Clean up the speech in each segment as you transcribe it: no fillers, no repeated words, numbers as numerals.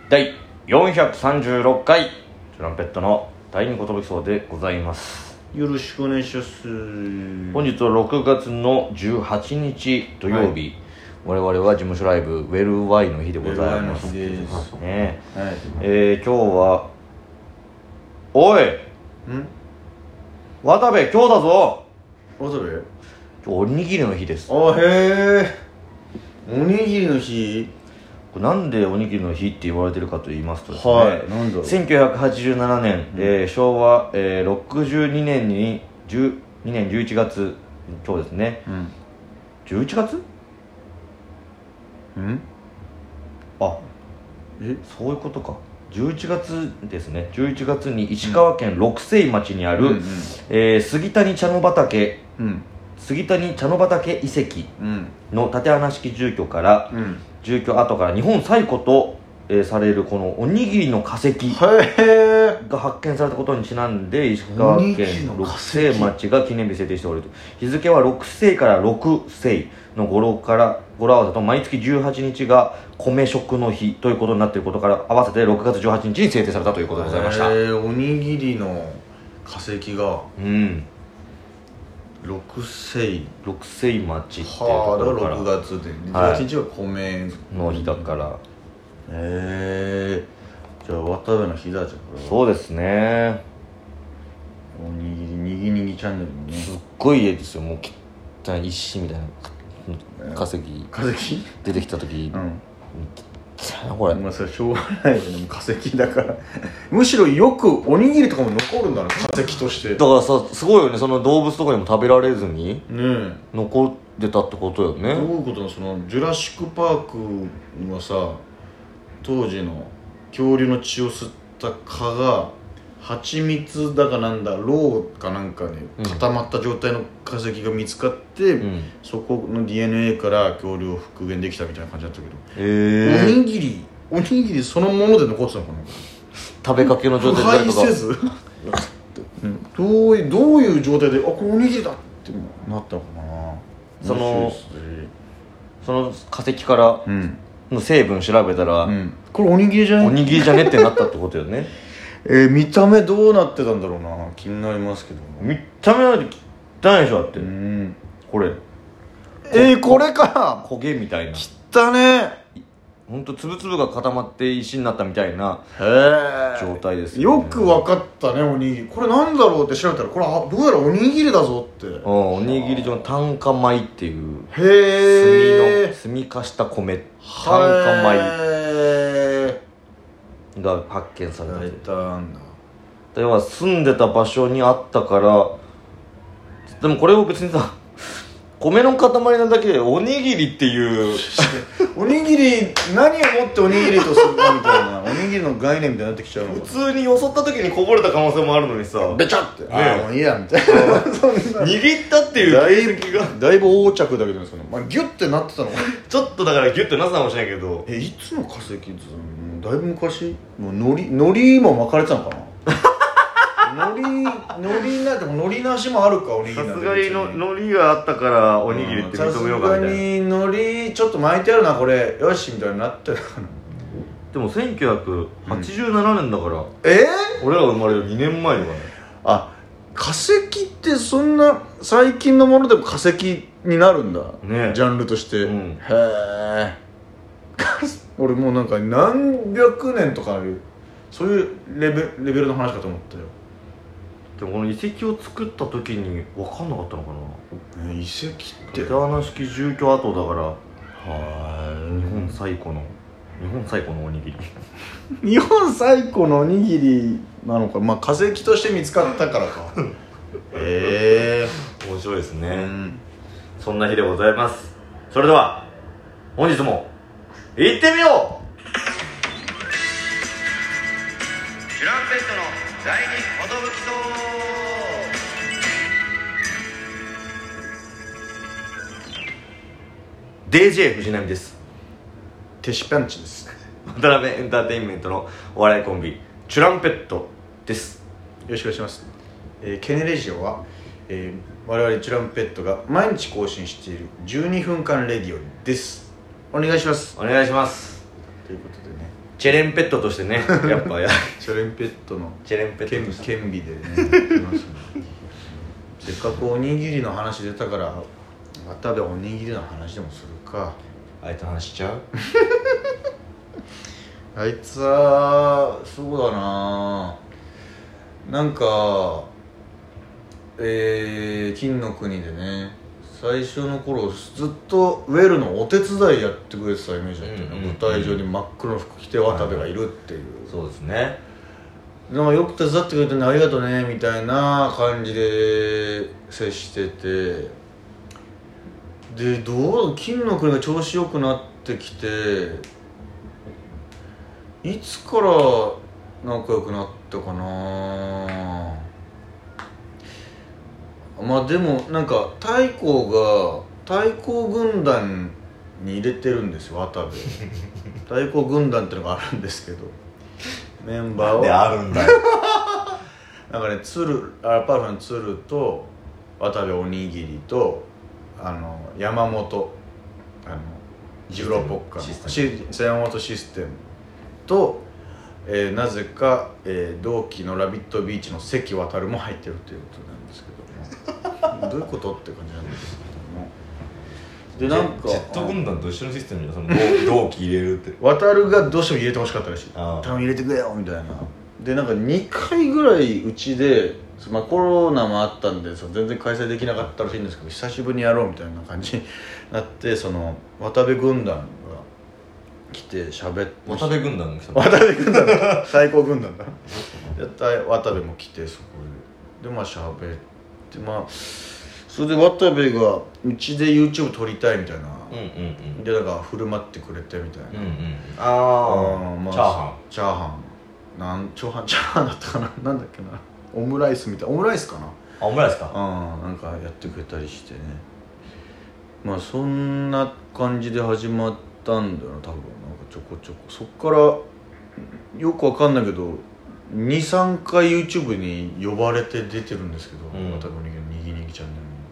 第436回トランペットの第二寿荘でございます。 よろしくお願いします。 本日は6月の18日土曜日、我々は事務所ライブウェルワイの日でございます。 ウェルワイの日ですね。 はい今日はおい渡部今日だぞ。 渡部今日おにぎりの日です。 あ、へえ、おにぎりの日。 これなんでおにぎりの日って言われてるかと言いますとですね、 はい、なんだろう。 1987年、昭和、62年に12年11月今日ですね、11月あ、そういうことか。11月ですね。11月に石川県六星町にある、杉谷茶の畑、杉谷茶の畑遺跡の竪穴式住居から、住居跡から日本最古と、されるこのおにぎりの化石が発見されたことにちなんで、石川県六星町が記念日制定しておると。日付は6世から6世の語呂合わせと毎月18日が米食の日ということになっていることから合わせて6月18日に制定されたということでございました。 おにぎりの化石が六星町っていうところから、 6月で18日は米の日だから、 じゃあ渡部の日だ。じゃあそうですね。 おにぎりにぎにぎチャンネルにね、 すっごい家ですよ。もう汚い石みたいな化石出てきた時、これまあそれしょうがないよね、化石だからむしろよくおにぎりとかも残るんだね、化石として。 だからさ、すごいよね。その動物とかにも食べられずに残ってたってことよね。 どういうことなの。そのジュラシックパークはさ、当時の恐竜の血を吸った蚊が蜂蜜だかなんだロウかなんかで固まった状態の化石が見つかって、そこの DNA から恐竜を復元できたみたいな感じだったけど、おにぎりそのもので残ってたのかな。 食べかけの状態で腐敗せずどういう状態でこれおにぎりだってなったのかな。 その化石からの成分調べたら、 これおにぎりじゃね、 おにぎりじゃねってなったってことよね。 見た目どうなってたんだろうな、気になりますけど。 見た目なんて汚いでしょ。だってこれこれか焦げみたいな、 汚ね。 ほんと粒々が固まって石になったみたいな状態ですよく分かったね。おにぎりこれなんだろうって調べたら、これどうやらおにぎりだぞって。 おにぎり状の炭化米っていう、炭化した米、炭化米が発見された。要は住んでた場所にあったから。でもこれを別にさ、米の塊なだけでおにぎりっていうおにぎり何をもっておにぎりとするかみたいなおにぎりの概念みたいになってきちゃうの。 普通によそった時にこぼれた可能性もあるのにさ、 ベチャってもういいやみたいな握ったっていう形跡がだいぶ横着だけどね、ギュッてなってたのちょっとだからギュッてなってたかもしれないけど、 いつの化石だいぶ昔。もう海苔も巻かれてたのかな海苔なんても海苔なしもあるか。おにぎりなんてさすがに海苔があったからおにぎりって認めようかみたいな。 さすがに海苔ちょっと巻いてあるなこれよしみたいになってたかな。 でも1987年だから、俺らが生まれる2年前にはね。 化石ってそんな最近のものでも化石になるんだね、ジャンルとして。へえ俺もうなんか何百年とかそういうレベルの話かと思ったよ。 でもこの遺跡を作った時に分かんなかったのかな。 遺跡って竪穴式住居跡だから、日本最古のおにぎり日本最古のおにぎりなのか。化石として見つかったからか面白いですね。そんな日でございます。それでは本日も行ってみよう。チュランペットの第二寿荘。DJ 藤波です。 テシパンチです。 渡辺エンターテインメントのお笑いコンビチュランペットです。 よろしくお願いします。ケネレジオは、我々チュランペットが毎日更新している12分間レディオです。お願いします。 お願いします。 ということでね、 チェレンペットとしてねやっぱチェレンペットのチェレンペット顕微でねやってますねせっかくおにぎりの話出たから渡部おにぎりの話でもするか。 あいつの話しちゃうあいつはそうだな、なんか金の国でね最初の頃ずっとウェルのお手伝いやってくれてたイメージだったよね、舞台上に真っ黒の服着て渡部がいるっていう、 そうですね。 でもよく手伝ってくれてねありがとねみたいな感じで接してて、で金の国が調子よくなってきていつから仲良くなったかな。まあでもなんか太閤軍団に入れてるんですよ渡部太閤軍団ってのがあるんですけどメンバーをなんであるんだよなんかねアルパルファの鶴と渡部おにぎりと山本ジュロポッカ山本システムと、なぜか、同期のラビットビーチの関渡も入ってるということなんですけどもどういうことって感じなんですけどもでなんかジェット軍団と一緒のシステムじゃん、その同期入れるって渡がどうしても入れてほしかったらしい、 ああ頼む入れてくれよみたいな。でなんか2回ぐらいうちで、まあ、コロナもあったんで全然開催できなかったらしいんですけど久しぶりにやろうみたいな感じになって渡部軍団が来て喋って渡部軍団が来たの渡部軍団だ最高軍団だ絶対渡部も来てそこでまあ喋ってまあそれで渡部がうちで YouTube 撮りたいみたいな、でなんか振る舞ってくれてみたいな、まあ、チャーハンだったかななんだっけなオムライスかなオムライスかなんかやってくれたりしてね、まあそんな感じで始まったんだよな多分なんかちょこちょこそっからよくわかんないけど 2,3 回 YouTube に呼ばれて出てるんですけど、渡部おにぎりのにぎにぎチャンネ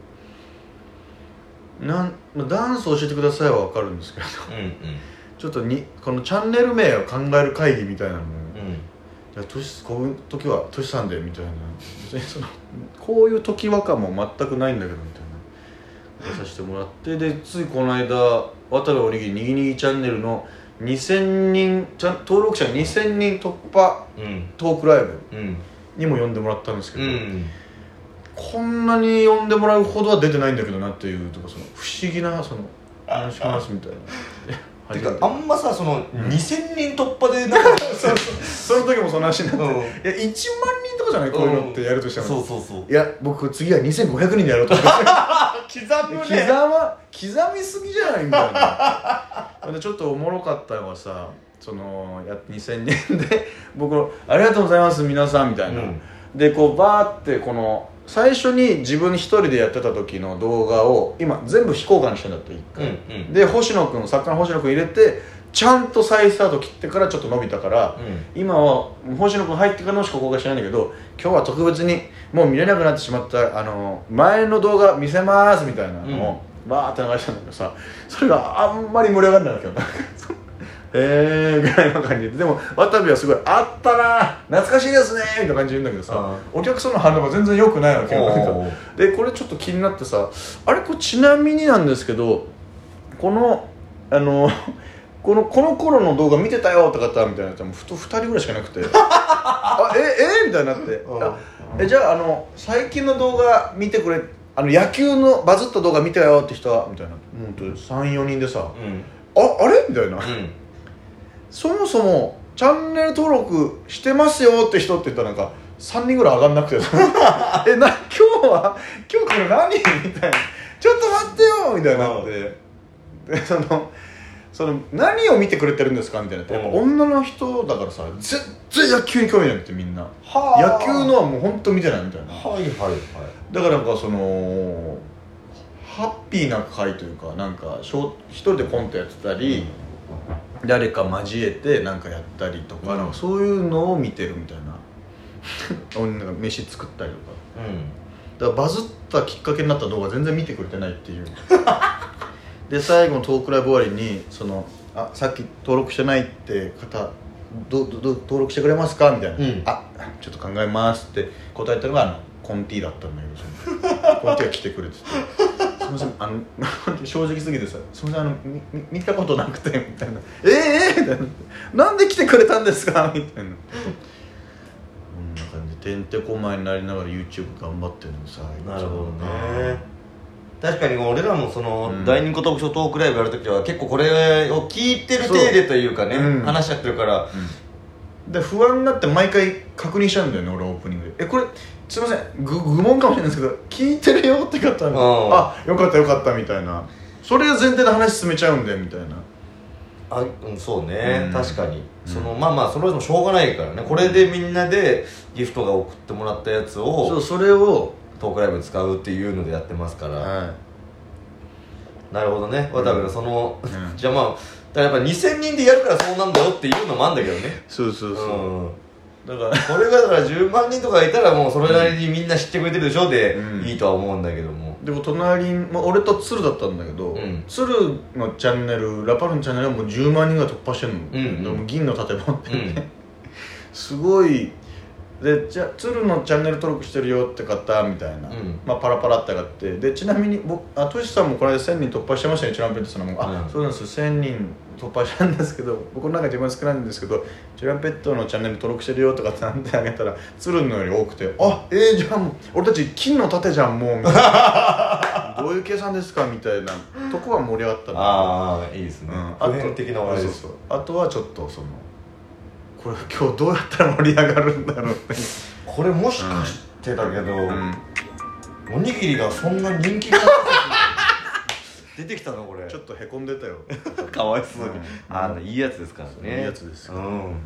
ルにダンス教えてくださいはわかるんですけど、ちょっとこのチャンネル名を考える会議みたいなのも、こういう時はトシさんでみたいな別にこういう時は感も全くないんだけどみたいな出させてもらってでついこの間渡部おにぎりにぎにぎチャンネルの2000人登録者2000人突破トークライブにも呼んでもらったんですけど、こんなに呼んでもらうほどは出てないんだけどなっていうとか不思議なよろしくお願いしますみたいなてかあんまさ2000人突破でなんかその時もその話になって、いや1万人とかじゃないこういうのってやるとしたら、いや僕次は2500人でやろうと思って刻みすぎじゃないみたいなでちょっとおもろかったのがさ2000人で僕ありがとうございます皆さんみたいな、でこうバーって最初に自分一人でやってた時の動画を今全部非公開にしてんだって1回、で作家の星野くん入れてちゃんと再スタート切ってからちょっと伸びたから、今は星野くん入ってからのしか公開してないんだけど今日は特別にもう見れなくなってしまった前の動画見せますみたいなのをバーって流したんだけどさ、それがあんまり盛り上がんないわけよぐらいの感じで、でも渡部はすごいあったな懐かしいですねみたいな感じで言うんだけどさ、お客さんの反応が全然良くないわけよでこれちょっと気になってさこれちなみになんですけどこの頃の動画見てたよって方みたいなやつはもう2人ぐらいしかなくてみたいになってじゃあ最近の動画見てくれ野球のバズった動画見たよって人はみたいな 3,4 人でさ、あれみたいな、そもそもチャンネル登録してますよって人って言ったらなんか3人ぐらい上がんなくて今日これ何みたいなちょっと待ってよみたいになってで何を見てくれてるんですかみたいなやっぱ女の人だからさ全然野球に興味ないってみんな野球のはもう本当見てないみたいな、だからなんかハッピーな回というかなんか一人でコントやってたり、誰か交えてなんかやったりとか、なんかそういうのを見てるみたいななんか飯作ったりとか、だからバズったきっかけになった動画全然見てくれてないっていうで最後のトークライブ終わりにさっき登録してないって方登録してくれますかみたいな、 うん、 あちょっと考えますって答えたのがコンティだったんだけどコンティが来てくれててすみません正直すぎてさすみません見たことなくてみたいなみたいななんで来てくれたんですかみたいなこんな感じてんてこまいになりながら YouTube 頑張ってるのさ。 なるほどね。確かに俺らもその、第二言読書トークライブやるときは結構これを聞いてる体でというかね、話しちゃってるから、 で不安になって毎回確認しちゃうんだよね俺オープニングでこれすいません愚問かもしれないですけど聞いてるよって方あよかったよかったみたいなそれを前提で話進めちゃうんだよみたいなそうね、確かにそのまあそれはもしょうがないからねこれでみんなでギフトが送ってもらったやつをそれをトークライブで使うっていうのでやってますから、なるほどね。渡部がその、じゃあまあだからやっぱ2000人でやるからそうなんだよっていうのもあるんだけどね。 そう、 だからこれがだから10万人とかいたらもうそれなりにみんな知ってくれてるでしょでいいとは思うんだけども、 でも隣に、俺と鶴だったんだけど、鶴のチャンネルラパルのチャンネルはもう10万人が突破してるの、でも銀の盾持ってね、すごいでじゃあ鶴のチャンネル登録してるよって方みたいな、パラパラって上がってでちなみにトシさんもこの間1000人突破してましたねチュランペットさんも、そうなんですよ1000人突破したんですけど僕の中で一番少ないんですけどチュランペットのチャンネル登録してるよとかってなんてあげたら鶴のより多くてじゃあもう俺たち金の盾じゃんもうみたいなどういう計算ですかみたいなとこは盛り上がったんだいいですね、普遍的な話です。 あとはちょっとそのこれ今日どうやったら盛り上がるんだろうってこれもしかしてだけど、おにぎりがそんな人気が出てきたのこれちょっとへこんでたよかわいそうに、いいやつですからね。 いいやつです